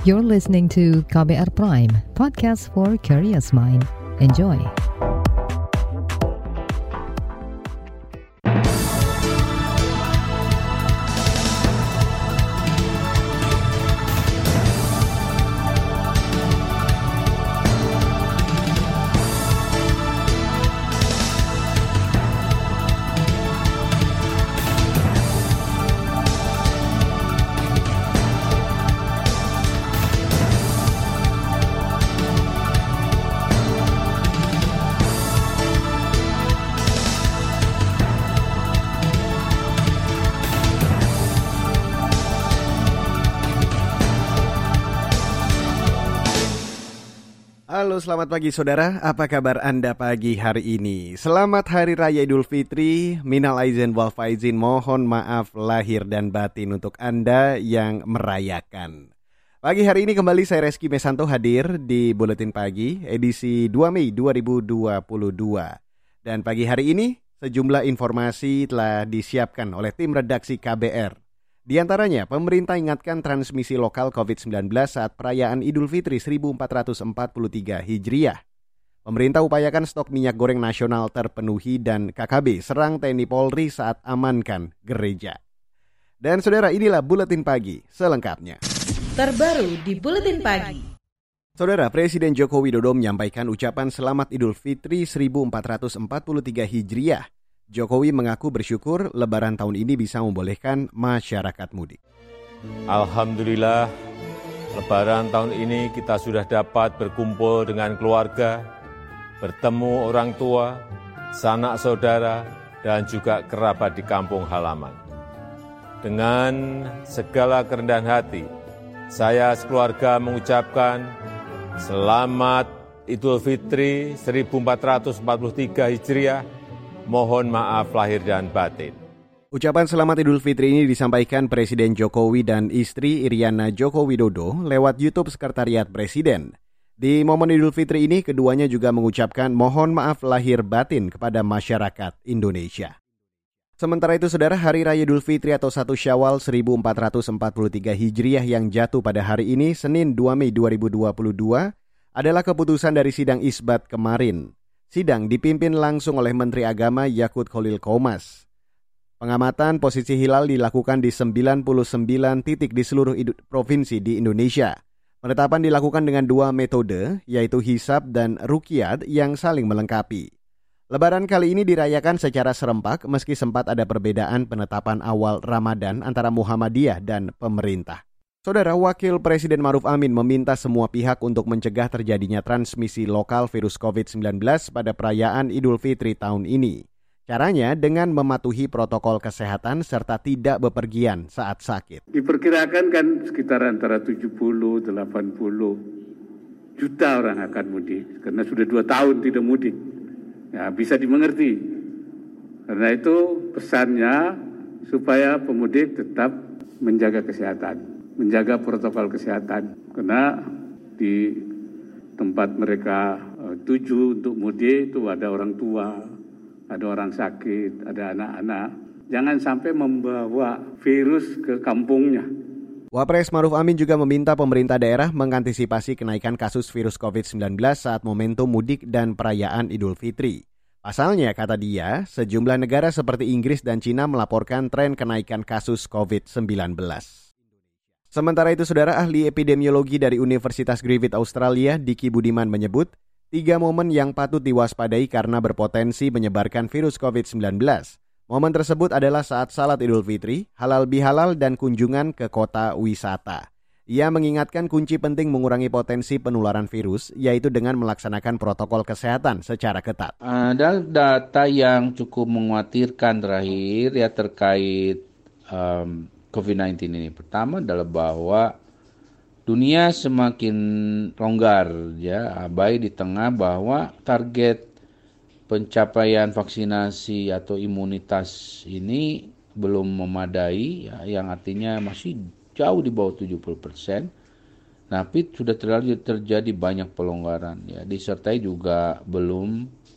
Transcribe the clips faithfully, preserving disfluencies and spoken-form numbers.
You're listening to K B R Prime, podcast for curious mind. Enjoy. Halo, selamat pagi saudara. Apa kabar Anda pagi hari ini? Selamat Hari Raya Idul Fitri. Minal aizin wal faizin. Mohon maaf lahir dan batin untuk Anda yang merayakan. Pagi hari ini kembali saya Reski Mesanto hadir di Buletin Pagi edisi dua Mei dua ribu dua puluh dua. Dan pagi hari ini sejumlah informasi telah disiapkan oleh tim redaksi K B R. Di antaranya, pemerintah ingatkan transmisi lokal covid sembilan belas saat perayaan Idul Fitri seribu empat ratus empat puluh tiga Hijriah. Pemerintah upayakan stok minyak goreng nasional terpenuhi dan K K B serang T N I Polri saat amankan gereja. Dan saudara, inilah Buletin Pagi selengkapnya. Terbaru di Buletin Pagi. Saudara, Presiden Joko Widodo menyampaikan ucapan Selamat Idul Fitri seribu empat ratus empat puluh tiga Hijriah. Jokowi mengaku bersyukur Lebaran tahun ini bisa membolehkan masyarakat mudik. Alhamdulillah, Lebaran tahun ini kita sudah dapat berkumpul dengan keluarga, bertemu orang tua, sanak saudara, dan juga kerabat di kampung halaman. Dengan segala kerendahan hati, saya sekeluarga mengucapkan Selamat Idul Fitri seribu empat ratus empat puluh tiga Hijriah. Mohon maaf lahir dan batin. Ucapan Selamat Idul Fitri ini disampaikan Presiden Jokowi dan istri Iriana Joko Widodo lewat YouTube Sekretariat Presiden. Di momen Idul Fitri ini, keduanya juga mengucapkan mohon maaf lahir batin kepada masyarakat Indonesia. Sementara itu, saudara, Hari Raya Idul Fitri atau satu Syawal seribu empat ratus empat puluh tiga Hijriah yang jatuh pada hari ini, Senin dua Mei dua ribu dua puluh dua, adalah keputusan dari sidang isbat kemarin. Sidang dipimpin langsung oleh Menteri Agama Yakut Kholil Qomas. Pengamatan posisi hilal dilakukan di sembilan puluh sembilan titik di seluruh provinsi di Indonesia. Penetapan dilakukan dengan dua metode, yaitu hisab dan ruqyat yang saling melengkapi. Lebaran kali ini dirayakan secara serempak meski sempat ada perbedaan penetapan awal Ramadan antara Muhammadiyah dan pemerintah. Saudara, Wakil Presiden Ma'ruf Amin meminta semua pihak untuk mencegah terjadinya transmisi lokal virus covid sembilan belas pada perayaan Idul Fitri tahun ini. Caranya dengan mematuhi protokol kesehatan serta tidak bepergian saat sakit. Diperkirakan kan sekitar antara tujuh puluh sampai delapan puluh juta orang akan mudik. Karena sudah dua tahun tidak mudik. Ya, bisa dimengerti. Karena itu pesannya supaya pemudik tetap menjaga kesehatan. Menjaga protokol kesehatan, karena di tempat mereka uh, tuju untuk mudik itu ada orang tua, ada orang sakit, ada anak-anak. Jangan sampai membawa virus ke kampungnya. Wapres Ma'ruf Amin juga meminta pemerintah daerah mengantisipasi kenaikan kasus virus covid sembilan belas saat momentum mudik dan perayaan Idul Fitri. Pasalnya, kata dia, sejumlah negara seperti Inggris dan Cina melaporkan tren kenaikan kasus covid sembilan belas. Sementara itu, saudara, ahli epidemiologi dari Universitas Griffith Australia, Diki Budiman menyebut, tiga momen yang patut diwaspadai karena berpotensi menyebarkan virus covid sembilan belas. Momen tersebut adalah saat salat Idul Fitri, halal bihalal, dan kunjungan ke kota wisata. Ia mengingatkan kunci penting mengurangi potensi penularan virus, yaitu dengan melaksanakan protokol kesehatan secara ketat. Ada data yang cukup mengkhawatirkan terakhir ya terkait um, covid sembilan belas ini. Pertama adalah bahwa dunia semakin longgar ya, baik di tengah bahwa target pencapaian vaksinasi atau imunitas ini belum memadai ya, yang artinya masih jauh di bawah tujuh puluh persen. Tapi sudah terjadi terjadi banyak pelonggaran ya, disertai juga belum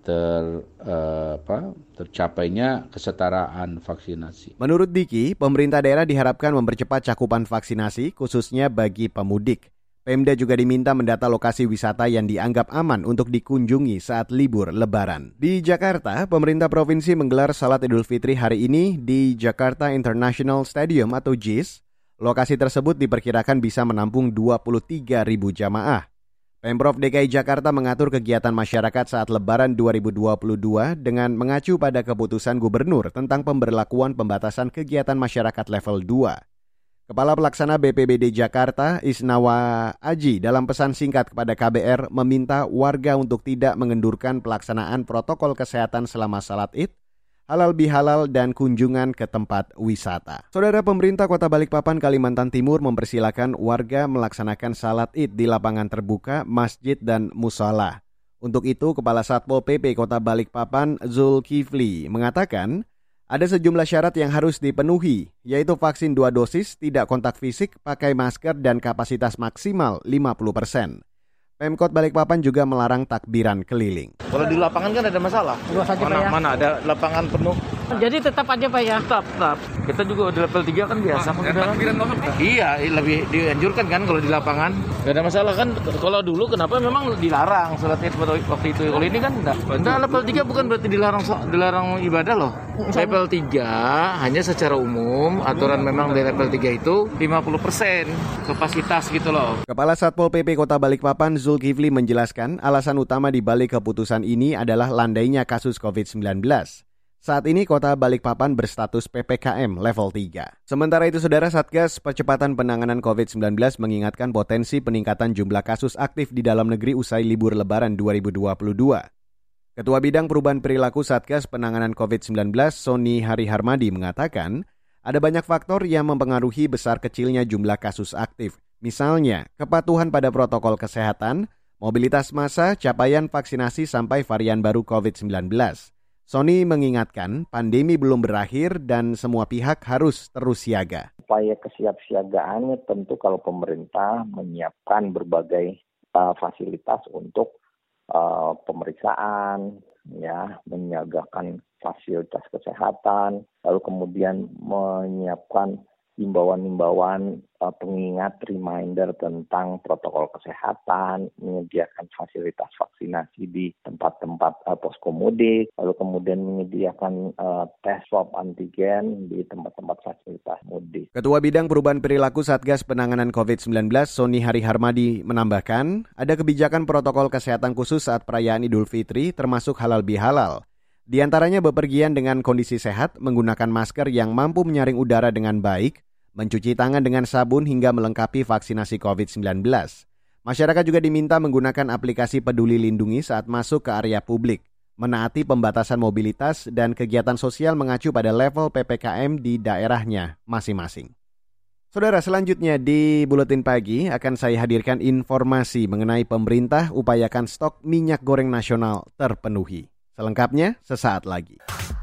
ter uh, apa tercapainya kesetaraan vaksinasi. Menurut Diki, pemerintah daerah diharapkan mempercepat cakupan vaksinasi khususnya bagi pemudik. Pemda juga diminta mendata lokasi wisata yang dianggap aman untuk dikunjungi saat libur Lebaran. Di Jakarta, pemerintah provinsi menggelar Salat Idul Fitri hari ini di Jakarta International Stadium atau J I S. Lokasi tersebut diperkirakan bisa menampung dua puluh tiga ribu jamaah. Pemprov D K I Jakarta mengatur kegiatan masyarakat saat Lebaran dua ribu dua puluh dua dengan mengacu pada keputusan gubernur tentang pemberlakuan pembatasan kegiatan masyarakat level dua. Kepala Pelaksana B P B D Jakarta, Isnawa Aji, dalam pesan singkat kepada K B R meminta warga untuk tidak mengendurkan pelaksanaan protokol kesehatan selama salat Id, halal bihalal, dan kunjungan ke tempat wisata. Saudara, pemerintah Kota Balikpapan, Kalimantan Timur mempersilakan warga melaksanakan salat Id di lapangan terbuka, masjid, dan musala. Untuk itu, Kepala Satpol P P Kota Balikpapan, Zulkifli, mengatakan ada sejumlah syarat yang harus dipenuhi, yaitu vaksin dua dosis, tidak kontak fisik, pakai masker, dan kapasitas maksimal lima puluh persen. Pemkot Balikpapan juga melarang takbiran keliling. Kalau di lapangan kan ada masalah. Luas aja, mana, Pak, ya? Mana ada lapangan penuh. Jadi tetap aja Pak ya? Tetap, tetap. Kita juga di level tiga kan biasa. Oh, takbiran iya, lebih dianjurkan kan kalau di lapangan. Gak ada masalah kan. Kalau dulu kenapa memang dilarang sholat Id waktu itu. Kalau ini kan enggak. Enggak, level tiga bukan berarti dilarang dilarang ibadah loh. Level tiga hanya secara umum, aturan memang di level tiga itu lima puluh persen kapasitas gitu loh. Kepala Satpol P P Kota Balikpapan, Zulkifli, menjelaskan alasan utama di balik keputusan ini adalah landainya kasus covid sembilan belas. Saat ini Kota Balikpapan berstatus P P K M level tiga. Sementara itu, Saudara, Satgas Percepatan Penanganan covid sembilan belas mengingatkan potensi peningkatan jumlah kasus aktif di dalam negeri usai libur Lebaran dua ribu dua puluh dua. Ketua Bidang Perubahan Perilaku Satgas Penanganan covid sembilan belas, Sony Hari Harmadi, mengatakan ada banyak faktor yang mempengaruhi besar kecilnya jumlah kasus aktif. Misalnya, kepatuhan pada protokol kesehatan, mobilitas massa, capaian vaksinasi, sampai varian baru covid sembilan belas. Sony mengingatkan pandemi belum berakhir dan semua pihak harus terus siaga. Upaya kesiapsiagaannya tentu kalau pemerintah menyiapkan berbagai uh, fasilitas untuk uh, pemeriksaan, ya, menyiagakan fasilitas kesehatan, lalu kemudian menyiapkan himbauan-himbauan uh, pengingat reminder tentang protokol kesehatan, menyediakan fasilitas vaksinasi di tempat-tempat uh, posko mudik, lalu kemudian menyediakan uh, tes swab antigen di tempat-tempat fasilitas mudik. Ketua Bidang Perubahan Perilaku Satgas Penanganan covid sembilan belas, Sony Hari Harmadi, menambahkan ada kebijakan protokol kesehatan khusus saat perayaan Idul Fitri termasuk halal bihalal. Di antaranya bepergian dengan kondisi sehat, menggunakan masker yang mampu menyaring udara dengan baik, mencuci tangan dengan sabun hingga melengkapi vaksinasi covid sembilan belas. Masyarakat juga diminta menggunakan aplikasi Peduli Lindungi saat masuk ke area publik, menaati pembatasan mobilitas dan kegiatan sosial mengacu pada level P P K M di daerahnya masing-masing. Saudara, selanjutnya di Buletin Pagi akan saya hadirkan informasi mengenai pemerintah upayakan stok minyak goreng nasional terpenuhi. Selengkapnya sesaat lagi.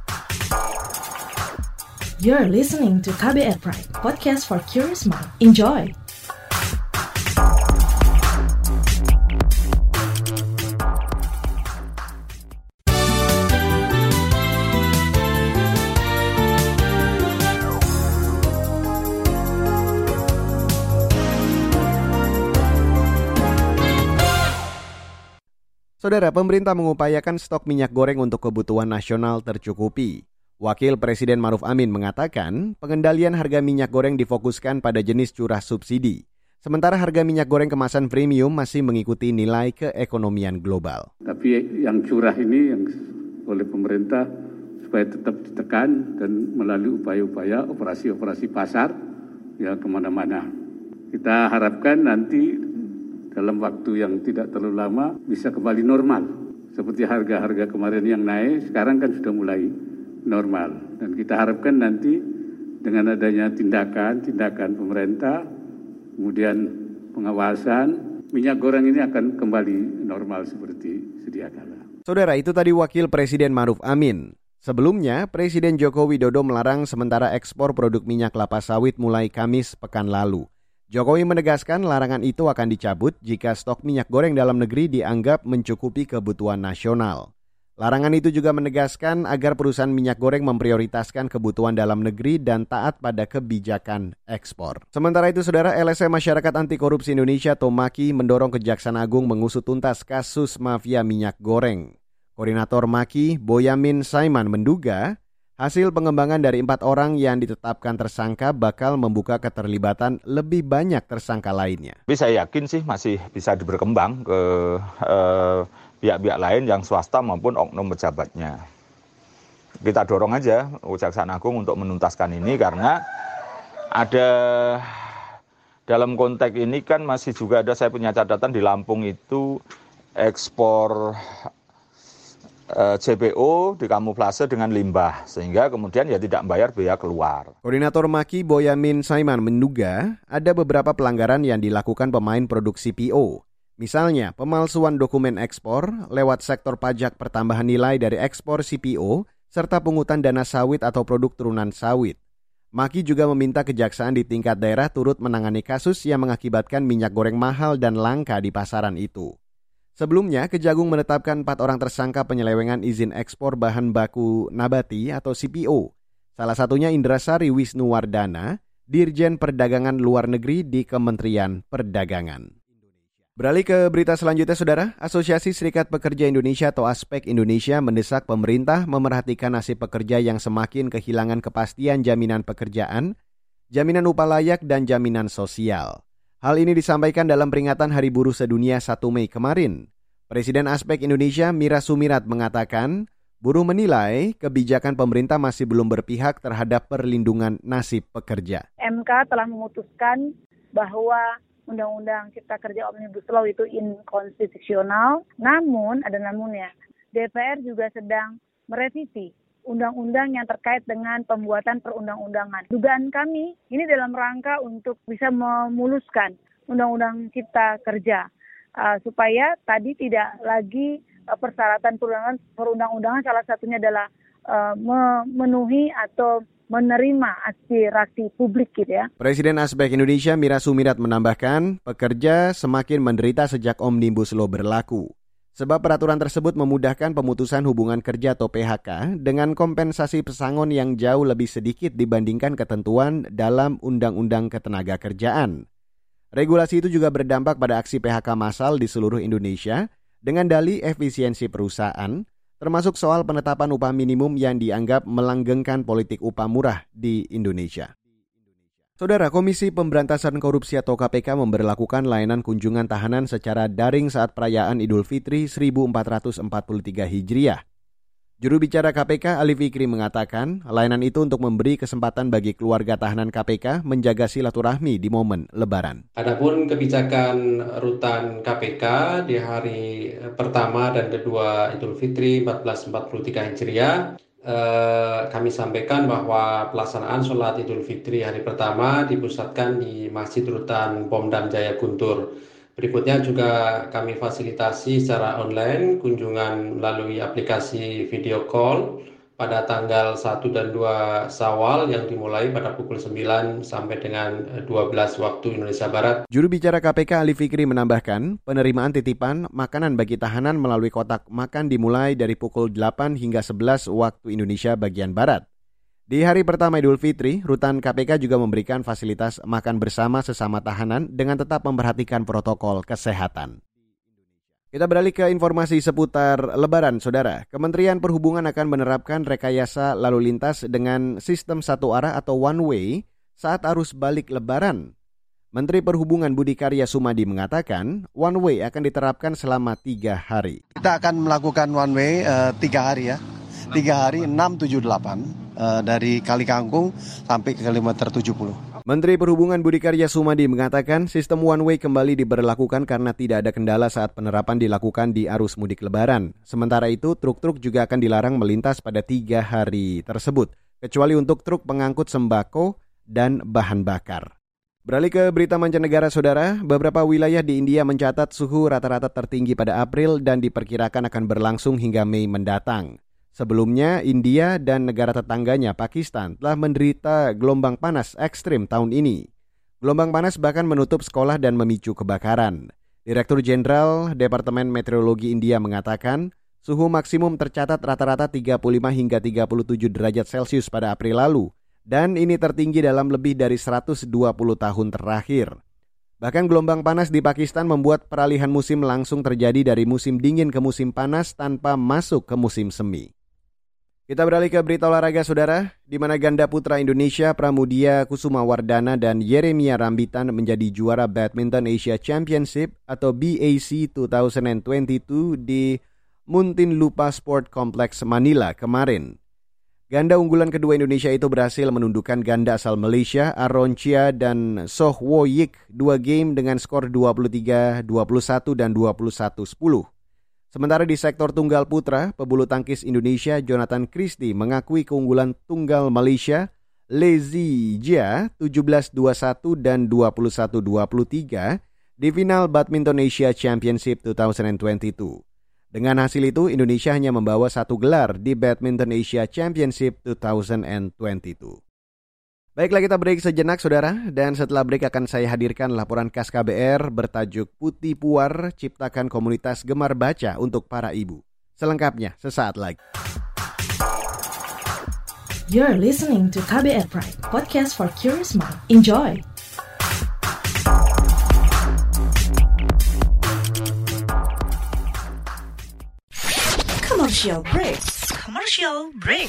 You're listening to K B R Prime, podcast for curious mind. Enjoy! Saudara, pemerintah mengupayakan stok minyak goreng untuk kebutuhan nasional tercukupi. Wakil Presiden Maruf Amin mengatakan pengendalian harga minyak goreng difokuskan pada jenis curah subsidi. Sementara harga minyak goreng kemasan premium masih mengikuti nilai keekonomian global. Tapi yang curah ini yang oleh pemerintah supaya tetap ditekan dan melalui upaya-upaya operasi-operasi pasar ya kemana-mana. Kita harapkan nanti dalam waktu yang tidak terlalu lama bisa kembali normal. Seperti harga-harga kemarin yang naik, sekarang kan sudah mulai normal. Dan kita harapkan nanti dengan adanya tindakan-tindakan pemerintah, kemudian pengawasan, minyak goreng ini akan kembali normal seperti sedia kala. Saudara, itu tadi Wakil Presiden Maruf Amin. Sebelumnya, Presiden Joko Widodo melarang sementara ekspor produk minyak kelapa sawit mulai Kamis pekan lalu. Jokowi menegaskan larangan itu akan dicabut jika stok minyak goreng dalam negeri dianggap mencukupi kebutuhan nasional. Larangan itu juga menegaskan agar perusahaan minyak goreng memprioritaskan kebutuhan dalam negeri dan taat pada kebijakan ekspor. Sementara itu, Saudara, L S M Masyarakat Anti Korupsi Indonesia atau MAKI mendorong Kejaksaan Agung mengusut tuntas kasus mafia minyak goreng. Koordinator MAKI, Boyamin Saiman, menduga hasil pengembangan dari empat orang yang ditetapkan tersangka bakal membuka keterlibatan lebih banyak tersangka lainnya. Tapi saya yakin sih masih bisa berkembang ke eh, pihak-pihak lain yang swasta maupun oknum pejabatnya. Kita dorong aja Kejaksaan Agung untuk menuntaskan ini karena ada dalam konteks ini kan masih juga ada, saya punya catatan di Lampung itu ekspor eh, C P O dikamuflase dengan limbah sehingga kemudian ya tidak membayar biaya keluar. Koordinator MAKI Boyamin Saiman menduga ada beberapa pelanggaran yang dilakukan pemain produk C P O. Misalnya, pemalsuan dokumen ekspor lewat sektor pajak pertambahan nilai dari ekspor C P O, serta pungutan dana sawit atau produk turunan sawit. MAKI juga meminta kejaksaan di tingkat daerah turut menangani kasus yang mengakibatkan minyak goreng mahal dan langka di pasaran itu. Sebelumnya, Kejagung menetapkan empat orang tersangka penyelewengan izin ekspor bahan baku nabati atau C P O. Salah satunya Indrasari Wisnuwardana, Dirjen Perdagangan Luar Negeri di Kementerian Perdagangan. Beralih ke berita selanjutnya, Saudara. Asosiasi Serikat Pekerja Indonesia atau Aspek Indonesia mendesak pemerintah memerhatikan nasib pekerja yang semakin kehilangan kepastian jaminan pekerjaan, jaminan upah layak, dan jaminan sosial. Hal ini disampaikan dalam peringatan Hari Buruh Sedunia satu Mei kemarin. Presiden Aspek Indonesia Mira Sumirat mengatakan, buruh menilai kebijakan pemerintah masih belum berpihak terhadap perlindungan nasib pekerja. M K telah memutuskan bahwa Undang-Undang Cipta Kerja Omnibus Law itu inkonstitusional, namun ada namunnya. D P R juga sedang merevisi undang-undang yang terkait dengan pembuatan perundang-undangan. Dugaan kami ini dalam rangka untuk bisa memuluskan Undang-Undang Cipta Kerja uh, supaya tadi tidak lagi uh, persyaratan perundang-undangan salah satunya adalah uh, memenuhi atau menerima aspirasi publik gitu ya. Presiden Aspek Indonesia Mira Sumirat menambahkan, pekerja semakin menderita sejak Omnibus Law berlaku. Sebab peraturan tersebut memudahkan pemutusan hubungan kerja atau P H K dengan kompensasi pesangon yang jauh lebih sedikit dibandingkan ketentuan dalam Undang-Undang Ketenagakerjaan. Regulasi itu juga berdampak pada aksi P H K massal di seluruh Indonesia dengan dalih efisiensi perusahaan, termasuk soal penetapan upah minimum yang dianggap melanggengkan politik upah murah di Indonesia. Saudara, Komisi Pemberantasan Korupsi atau K P K memberlakukan layanan kunjungan tahanan secara daring saat perayaan Idul Fitri seribu empat ratus empat puluh tiga Hijriah. Juru bicara K P K Ali Fikri mengatakan, layanan itu untuk memberi kesempatan bagi keluarga tahanan K P K menjaga silaturahmi di momen Lebaran. Adapun kebijakan rutan K P K di hari pertama dan kedua Idul Fitri seribu empat ratus empat puluh tiga Hijriah, eh, kami sampaikan bahwa pelaksanaan sholat Idul Fitri hari pertama dipusatkan di Masjid Rutan Pomdam Jaya Guntur. Berikutnya juga kami fasilitasi secara online kunjungan melalui aplikasi video call pada tanggal satu dan dua Syawal yang dimulai pada pukul sembilan sampai dengan dua belas waktu Indonesia Barat. Juru bicara K P K Ali Fikri menambahkan, penerimaan titipan makanan bagi tahanan melalui kotak makan dimulai dari pukul delapan hingga sebelas waktu Indonesia bagian Barat. Di hari pertama Idul Fitri, rutan K P K juga memberikan fasilitas makan bersama sesama tahanan dengan tetap memperhatikan protokol kesehatan. Kita beralih ke informasi seputar Lebaran, Saudara. Kementerian Perhubungan akan menerapkan rekayasa lalu lintas dengan sistem satu arah atau one way saat arus balik Lebaran. Menteri Perhubungan Budi Karya Sumadi mengatakan, one way akan diterapkan selama tiga hari. Kita akan melakukan one way uh, tiga hari ya. Tiga hari, enam, tujuh, delapan, uh, dari Kali Kangkung sampai ke kilometer tujuh puluh. Menteri Perhubungan Budi Karya Sumadi mengatakan sistem one way kembali diberlakukan karena tidak ada kendala saat penerapan dilakukan di arus mudik Lebaran. Sementara itu, truk-truk juga akan dilarang melintas pada tiga hari tersebut, kecuali untuk truk pengangkut sembako dan bahan bakar. Beralih ke berita mancanegara, Saudara. Beberapa wilayah di India mencatat suhu rata-rata tertinggi pada April dan diperkirakan akan berlangsung hingga Mei mendatang. Sebelumnya, India dan negara tetangganya Pakistan telah menderita gelombang panas ekstrim tahun ini. Gelombang panas bahkan menutup sekolah dan memicu kebakaran. Direktur Jenderal Departemen Meteorologi India mengatakan, Suhu maksimum tercatat rata-rata tiga puluh lima hingga tiga puluh tujuh derajat Celcius pada April lalu, dan ini tertinggi dalam lebih dari seratus dua puluh tahun terakhir. Bahkan gelombang panas di Pakistan membuat peralihan musim langsung terjadi dari musim dingin ke musim panas tanpa masuk ke musim semi. Kita beralih ke berita olahraga, saudara, di mana ganda putra Indonesia Pramudia Kusumawardana dan Yeremia Rambitan menjadi juara Badminton Asia Championship atau B A C dua ribu dua puluh dua di Muntinlupa Sport Complex Manila kemarin. Ganda unggulan kedua Indonesia itu berhasil menundukkan ganda asal Malaysia Aaron Chia dan Soh Wo Yik dua game dengan skor dua puluh tiga dua puluh satu dan dua puluh satu sepuluh. Sementara di sektor tunggal putra, pebulu tangkis Indonesia Jonathan Christie mengakui keunggulan tunggal Malaysia Lezi Jia tujuh belas dua puluh satu dan dua puluh satu dua puluh tiga di final Badminton Asia Championship dua ribu dua puluh dua. Dengan hasil itu, Indonesia hanya membawa satu gelar di Badminton Asia Championship dua ribu dua puluh dua. Baiklah, kita break sejenak, saudara. Dan setelah break akan saya hadirkan laporan khas K B R bertajuk Putih Puar Ciptakan Komunitas Gemar Baca untuk Para Ibu. Selengkapnya sesaat lagi. You're listening to K B R Prime, podcast for curious mind. Enjoy! Commercial break. Commercial break.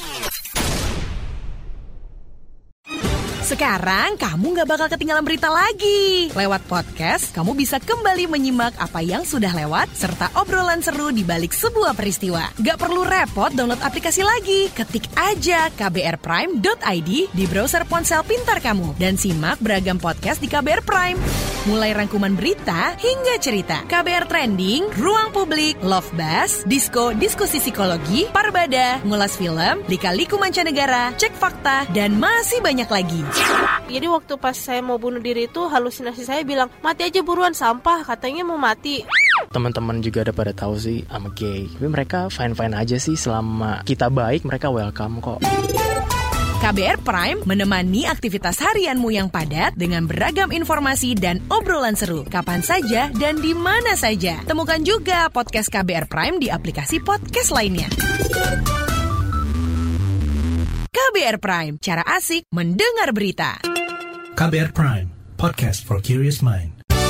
Sekarang kamu gak bakal ketinggalan berita lagi. Lewat podcast, kamu bisa kembali menyimak apa yang sudah lewat serta obrolan seru di balik sebuah peristiwa. Gak perlu repot download aplikasi lagi. Ketik aja k b r prime dot i d di browser ponsel pintar kamu dan simak beragam podcast di K B R Prime. Mulai rangkuman berita hingga cerita, K B R Trending, Ruang Publik, Love Buzz, Disko, Diskusi Psikologi, Parbada, Ngulas Film, Lika-Liku Mancanegara, Cek Fakta, dan masih banyak lagi. Jadi waktu pas saya mau bunuh diri itu halusinasi saya bilang, mati aja buruan, sampah, katanya mau mati. Teman-teman juga ada pada tahu sih I'm gay, tapi mereka fine-fine aja sih, selama kita baik mereka welcome kok. K B R Prime menemani aktivitas harianmu yang padat dengan beragam informasi dan obrolan seru. Kapan saja dan di mana saja. Temukan juga podcast K B R Prime di aplikasi podcast lainnya. K B R Prime, cara asik mendengar berita. K B R Prime, podcast for curious mind.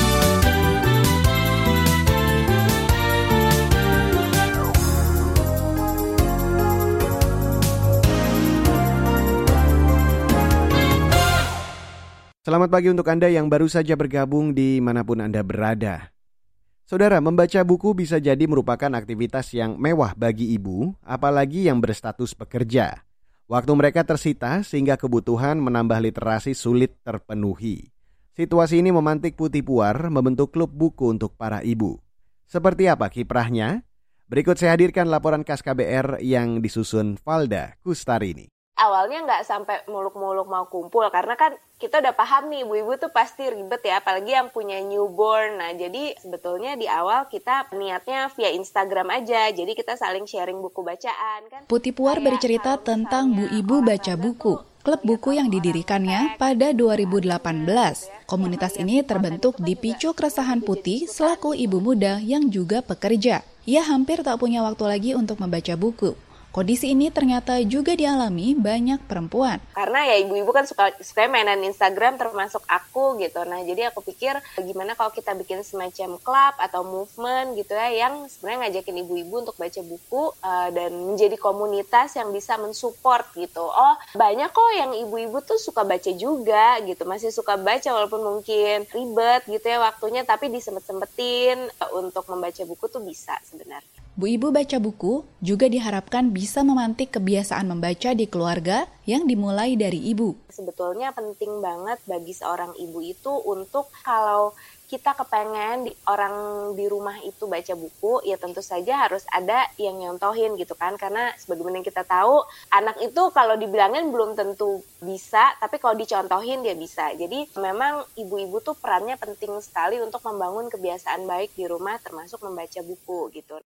Selamat pagi untuk Anda yang baru saja bergabung di manapun Anda berada. Saudara, membaca buku bisa jadi merupakan aktivitas yang mewah bagi ibu, apalagi yang berstatus pekerja. Waktu mereka tersita sehingga kebutuhan menambah literasi sulit terpenuhi. Situasi ini memantik Putih Puar membentuk klub buku untuk para ibu. Seperti apa kiprahnya? Berikut saya hadirkan laporan khas K B R yang disusun Valda Kustarini. Awalnya nggak sampai muluk-muluk mau kumpul karena kan kita udah paham nih ibu-ibu tuh pasti ribet ya, apalagi yang punya newborn. Nah jadi sebetulnya di awal kita niatnya via Instagram aja, jadi kita saling sharing buku bacaan kan. Putih Puar bercerita tentang Bu Ibu Baca Buku, klub buku yang didirikannya pada dua ribu delapan belas. Komunitas ini terbentuk dipicu keresahan Putih selaku ibu muda yang juga pekerja. Ia hampir tak punya waktu lagi untuk membaca buku. Kondisi ini ternyata juga dialami banyak perempuan. Karena ya ibu-ibu kan suka suka mainan Instagram termasuk aku gitu. Nah jadi aku pikir gimana kalau kita bikin semacam club atau movement gitu ya yang sebenarnya ngajakin ibu-ibu untuk baca buku uh, dan menjadi komunitas yang bisa mensupport gitu. Oh banyak kok yang ibu-ibu tuh suka baca juga gitu, masih suka baca walaupun mungkin ribet gitu ya waktunya, tapi disempet-sempetin uh, untuk membaca buku tuh bisa sebenarnya. Bu Ibu Baca Buku juga diharapkan bisa memantik kebiasaan membaca di keluarga yang dimulai dari ibu. Sebetulnya penting banget bagi seorang ibu itu untuk kalau kita kepengen di, orang di rumah itu baca buku, ya tentu saja harus ada yang nyontohin gitu kan. Karena sebagaimana yang kita tahu, anak itu kalau dibilangin belum tentu bisa, tapi kalau dicontohin dia bisa. Jadi memang ibu-ibu tuh perannya penting sekali untuk membangun kebiasaan baik di rumah termasuk membaca buku gitu.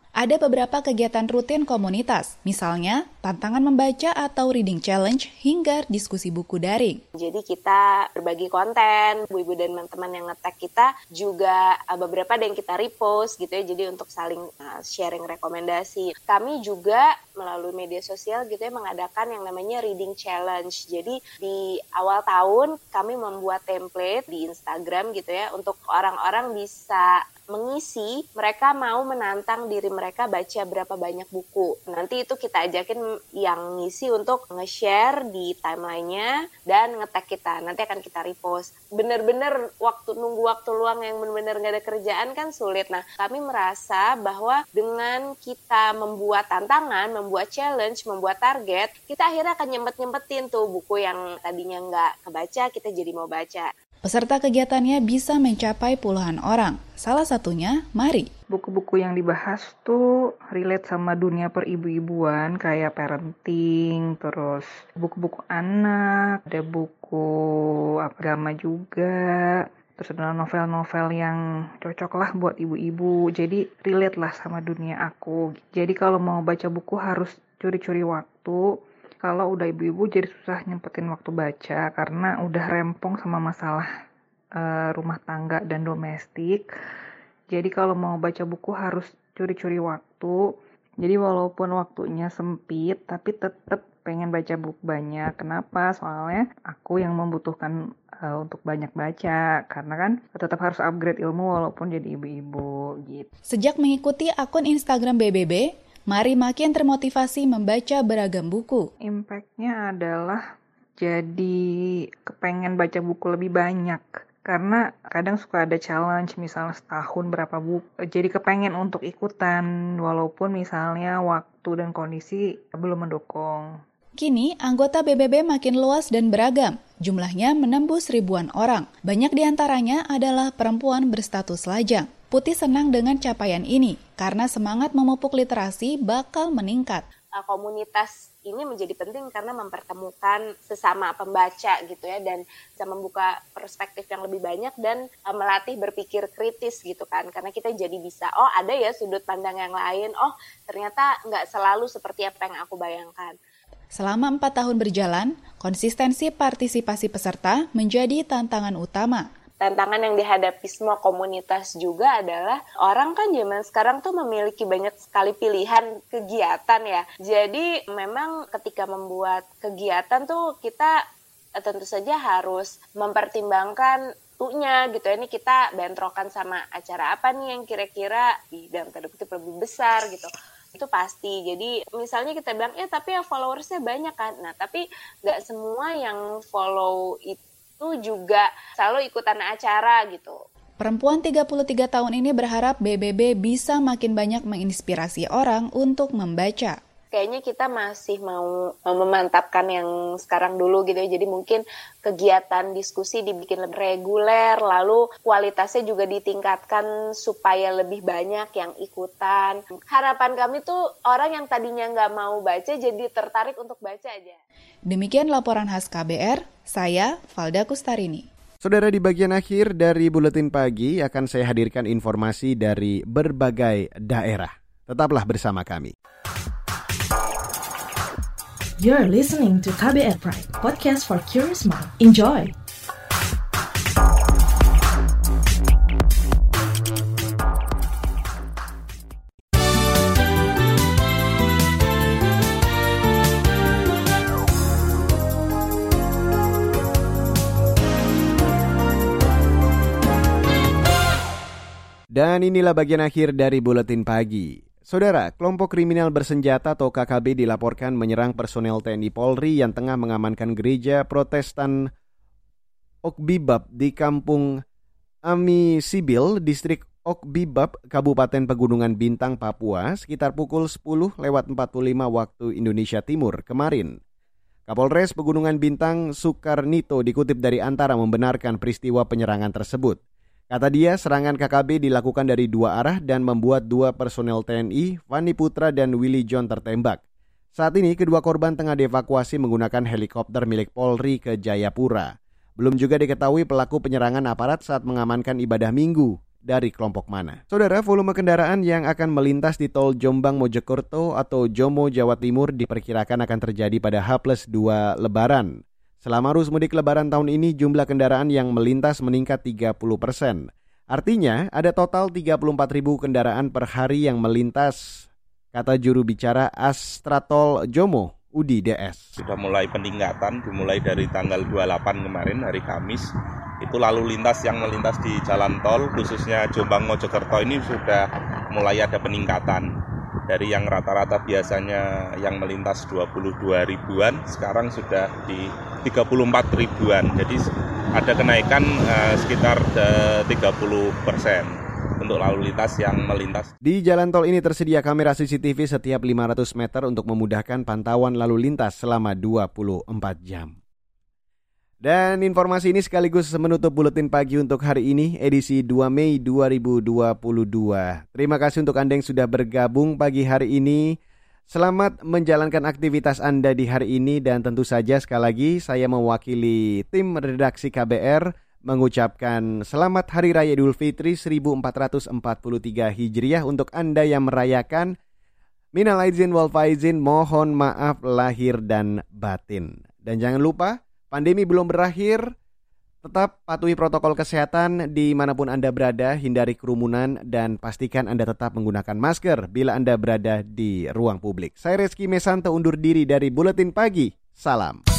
Ada beberapa kegiatan rutin komunitas, misalnya tantangan membaca atau reading challenge hingga diskusi buku daring. Jadi kita berbagi konten, ibu-ibu dan teman-teman yang nge-tag kita juga beberapa ada yang kita repost gitu ya, jadi untuk saling sharing rekomendasi. Kami juga melalui media sosial gitu ya mengadakan yang namanya reading challenge. Jadi di awal tahun kami membuat template di Instagram gitu ya untuk orang-orang bisa mengisi, mereka mau menantang diri mereka baca berapa banyak buku. Nanti itu kita ajakin yang ngisi untuk nge-share di timeline-nya dan nge-tag kita. Nanti akan kita repost. Bener-bener waktu nunggu waktu luang yang bener-bener gak ada kerjaan kan sulit. Nah, kami merasa bahwa dengan kita membuat tantangan, membuat challenge, membuat target, kita akhirnya akan nyempet-nyempetin tuh buku yang tadinya nggak kebaca, kita jadi mau baca. Peserta kegiatannya bisa mencapai puluhan orang. Salah satunya Mari. Buku-buku yang dibahas tuh relate sama dunia peribu-ibuan kayak parenting, terus buku-buku anak, ada buku agama juga, terus ada novel-novel yang cocok lah buat ibu-ibu. Jadi relate lah sama dunia aku. Jadi kalau mau baca buku harus curi-curi waktu. Kalau udah ibu-ibu jadi susah nyempetin waktu baca karena udah rempong sama masalah uh, rumah tangga dan domestik. Jadi kalau mau baca buku harus curi-curi waktu. Jadi walaupun waktunya sempit tapi tetap pengen baca buku banyak. Kenapa? Soalnya aku yang membutuhkan uh, untuk banyak baca. Karena kan tetap harus upgrade ilmu walaupun jadi ibu-ibu gitu. Sejak mengikuti akun Instagram B B B, Mari makin termotivasi membaca beragam buku. Impact-nya adalah jadi kepengen baca buku lebih banyak. Karena kadang suka ada challenge, misalnya setahun berapa buku. Jadi kepengen untuk ikutan, walaupun misalnya waktu dan kondisi belum mendukung. Kini, anggota B B B makin luas dan beragam. Jumlahnya menembus ribuan orang. Banyak diantaranya adalah perempuan berstatus lajang. Putih senang dengan capaian ini, karena semangat memupuk literasi bakal meningkat. Komunitas ini menjadi penting karena mempertemukan sesama pembaca gitu ya, dan bisa membuka perspektif yang lebih banyak dan melatih berpikir kritis gitu kan. Karena kita jadi bisa, oh ada ya sudut pandang yang lain, oh ternyata nggak selalu seperti apa yang aku bayangkan. Selama empat tahun berjalan, konsistensi partisipasi peserta menjadi tantangan utama. Tantangan yang dihadapi semua komunitas juga adalah orang kan zaman sekarang tuh memiliki banyak sekali pilihan kegiatan ya. Jadi memang ketika membuat kegiatan tuh kita tentu saja harus mempertimbangkan waktunya gitu ya. Ini kita bentrokan sama acara apa nih yang kira-kira di dalam tanda kutip lebih besar gitu. Itu pasti. Jadi misalnya kita bilang, ya tapi ya followersnya banyak kan. Nah tapi nggak semua yang follow itu itu juga selalu ikutan acara gitu. Perempuan tiga puluh tiga tahun ini berharap B B B bisa makin banyak menginspirasi orang untuk membaca. Kayaknya kita masih mau memantapkan yang sekarang dulu gitu ya. Jadi mungkin kegiatan diskusi dibikin lebih reguler, lalu kualitasnya juga ditingkatkan supaya lebih banyak yang ikutan. Harapan kami tuh orang yang tadinya nggak mau baca jadi tertarik untuk baca aja. Demikian laporan khas K B R, saya Valda Kustarini. Saudara, di bagian akhir dari Buletin Pagi akan saya hadirkan informasi dari berbagai daerah. Tetaplah bersama kami. You're listening to K B R Prime, podcast for curious mind. Enjoy! Dan inilah bagian akhir dari Buletin Pagi. Saudara, kelompok kriminal bersenjata atau K K B dilaporkan menyerang personel T N I Polri yang tengah mengamankan gereja Protestan Okbibab di Kampung Ami Sibil, Distrik Okbibab, Kabupaten Pegunungan Bintang, Papua, sekitar pukul sepuluh lewat empat puluh lima waktu Indonesia Timur kemarin. Kapolres Pegunungan Bintang Soekarnito dikutip dari Antara membenarkan peristiwa penyerangan tersebut. Kata dia, serangan K K B dilakukan dari dua arah dan membuat dua personel T N I, Fani Putra dan Willy John, tertembak. Saat ini kedua korban tengah dievakuasi menggunakan helikopter milik Polri ke Jayapura. Belum juga diketahui pelaku penyerangan aparat saat mengamankan ibadah Minggu. dari kelompok mana. Saudara, volume kendaraan yang akan melintas di tol Jombang Mojokerto atau Jomo Jawa Timur diperkirakan akan terjadi pada H plus dua Lebaran. Selama arus mudik Lebaran tahun ini jumlah kendaraan yang melintas meningkat tiga puluh persen. Artinya ada total tiga puluh empat ribu kendaraan per hari yang melintas, kata juru bicara Astratol Jomo, Udi D S. Sudah mulai peningkatan, dimulai dari tanggal dua puluh delapan kemarin, hari Kamis. Itu lalu lintas yang melintas di jalan tol, khususnya Jombang Mojokerto ini sudah mulai ada peningkatan. Dari yang rata-rata biasanya yang melintas dua puluh dua ribuan, sekarang sudah di tiga puluh empat ribuan. Jadi ada kenaikan uh, sekitar uh, tiga puluh persen. Untuk lalu lintas yang melintas. Di jalan tol ini tersedia kamera C C T V setiap lima ratus meter untuk memudahkan pantauan lalu lintas selama dua puluh empat jam. Dan informasi ini sekaligus menutup buletin pagi untuk hari ini, edisi dua Mei dua ribu dua puluh dua. Terima kasih untuk Anda yang sudah bergabung pagi hari ini. Selamat menjalankan aktivitas Anda di hari ini dan tentu saja sekali lagi saya mewakili tim redaksi K B R mengucapkan selamat Hari Raya Idul Fitri seribu empat ratus empat puluh tiga Hijriah untuk Anda yang merayakan. Minal aidin wal faizin, mohon maaf lahir dan batin. Dan jangan lupa, pandemi belum berakhir. Tetap patuhi protokol kesehatan dimanapun Anda berada, hindari kerumunan dan pastikan Anda tetap menggunakan masker bila Anda berada di ruang publik. Saya Reski Mesanto undur diri dari Buletin Pagi. Salam.